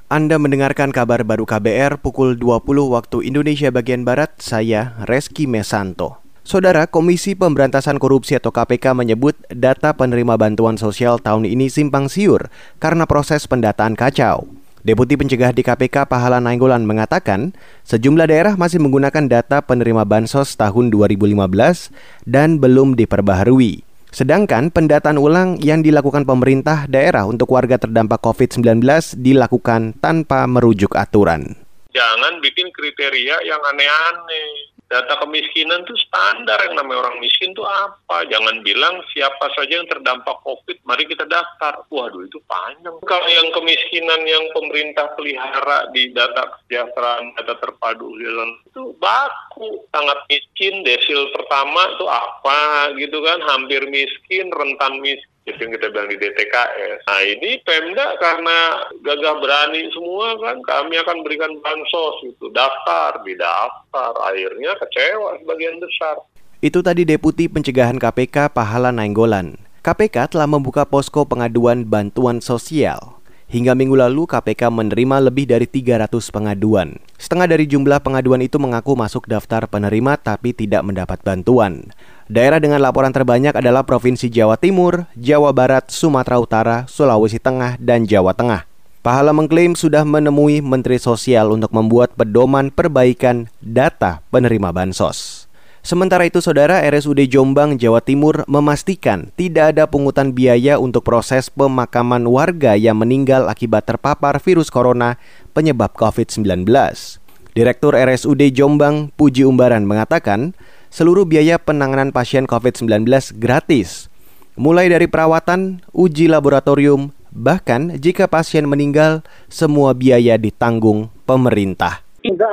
Anda mendengarkan kabar baru KBR pukul 20 waktu Indonesia bagian Barat, saya Reski Mesanto. Saudara, Komisi Pemberantasan Korupsi atau KPK menyebut data penerima bantuan sosial tahun ini simpang siur karena proses pendataan kacau. Deputi Pencegah di KPK Pahala Nainggolan mengatakan, sejumlah daerah masih menggunakan data penerima bansos tahun 2015 dan belum diperbaharui. Sedangkan pendataan ulang yang dilakukan pemerintah daerah untuk warga terdampak COVID-19 dilakukan tanpa merujuk aturan. Jangan bikin kriteria yang aneh-aneh. Data kemiskinan itu standar, yang namanya orang miskin itu apa? Jangan bilang siapa saja yang terdampak COVID, mari kita daftar. Waduh, itu panjang. Kalau yang kemiskinan yang pemerintah pelihara di data kesejahteraan, data terpadu, itu baku. Sangat miskin, desil pertama itu apa gitu kan, hampir miskin, rentan miskin. Itu yang kita bilang di DTKS. Nah ini Pemda karena gagah berani semua kan, kami akan berikan bansos itu, didaftar, akhirnya kecewa sebagian besar. Itu tadi Deputi Pencegahan KPK Pahala Nainggolan. KPK telah membuka posko pengaduan bantuan sosial. Hingga minggu lalu KPK menerima lebih dari 300 pengaduan. Setengah dari jumlah pengaduan itu mengaku masuk daftar penerima tapi tidak mendapat bantuan. Daerah dengan laporan terbanyak adalah Provinsi Jawa Timur, Jawa Barat, Sumatera Utara, Sulawesi Tengah, dan Jawa Tengah. Pahala mengklaim sudah menemui Menteri Sosial untuk membuat pedoman perbaikan data penerima bansos. Sementara itu, Saudara, RSUD Jombang, Jawa Timur memastikan tidak ada pungutan biaya untuk proses pemakaman warga yang meninggal akibat terpapar virus corona penyebab COVID-19. Direktur RSUD Jombang, Puji Umbaran, mengatakan seluruh biaya penanganan pasien COVID-19 gratis, mulai dari perawatan, uji laboratorium, bahkan jika pasien meninggal, semua biaya ditanggung pemerintah. Tidak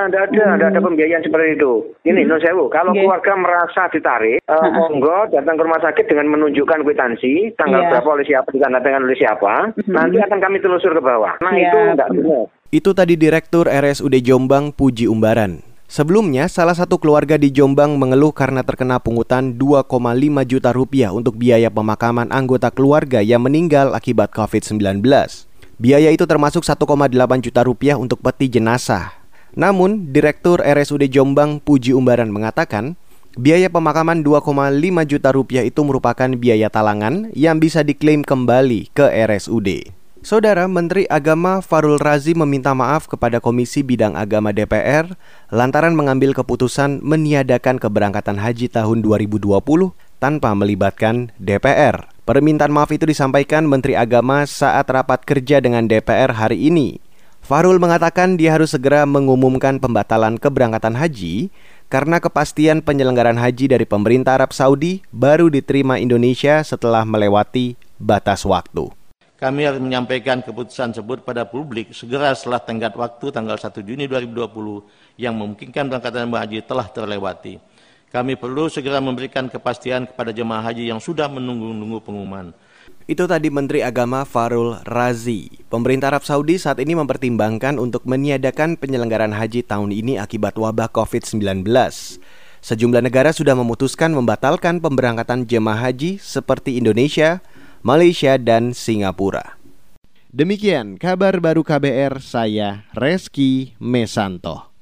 ada pembiayaan seperti itu. Ini non sewu, kalau keluarga merasa ditarik, monggo datang ke rumah sakit dengan menunjukkan kwitansi, tanggal berapa oleh siapa, ditandatangan oleh siapa, nanti akan kami telusur ke bawah. Nah itu tidak benar. Itu tadi Direktur RSUD Jombang, Puji Umbaran. Sebelumnya, salah satu keluarga di Jombang mengeluh karena terkena pungutan 2,5 juta rupiah untuk biaya pemakaman anggota keluarga yang meninggal akibat COVID-19. Biaya itu termasuk 1,8 juta rupiah untuk peti jenazah. Namun, Direktur RSUD Jombang, Puji Umbaran mengatakan, biaya pemakaman 2,5 juta rupiah itu merupakan biaya talangan yang bisa diklaim kembali ke RSUD. Saudara, Menteri Agama Fahrul Razi meminta maaf kepada Komisi Bidang Agama DPR lantaran mengambil keputusan meniadakan keberangkatan haji tahun 2020 tanpa melibatkan DPR. Permintaan maaf itu disampaikan Menteri Agama saat rapat kerja dengan DPR hari ini. Fahrul mengatakan dia harus segera mengumumkan pembatalan keberangkatan haji karena kepastian penyelenggaraan haji dari pemerintah Arab Saudi baru diterima Indonesia setelah melewati batas waktu. Kami harus menyampaikan keputusan tersebut pada publik segera setelah tenggat waktu tanggal 1 Juni 2020 yang memungkinkan keberangkatan haji telah terlewati. Kami perlu segera memberikan kepastian kepada jemaah haji yang sudah menunggu-nunggu pengumuman. Itu tadi Menteri Agama Fahrul Razi. Pemerintah Arab Saudi saat ini mempertimbangkan untuk meniadakan penyelenggaraan haji tahun ini akibat wabah COVID-19. Sejumlah negara sudah memutuskan membatalkan pemberangkatan jemaah haji seperti Indonesia, Malaysia, dan Singapura. Demikian kabar baru KBR, saya Reski Mesanto.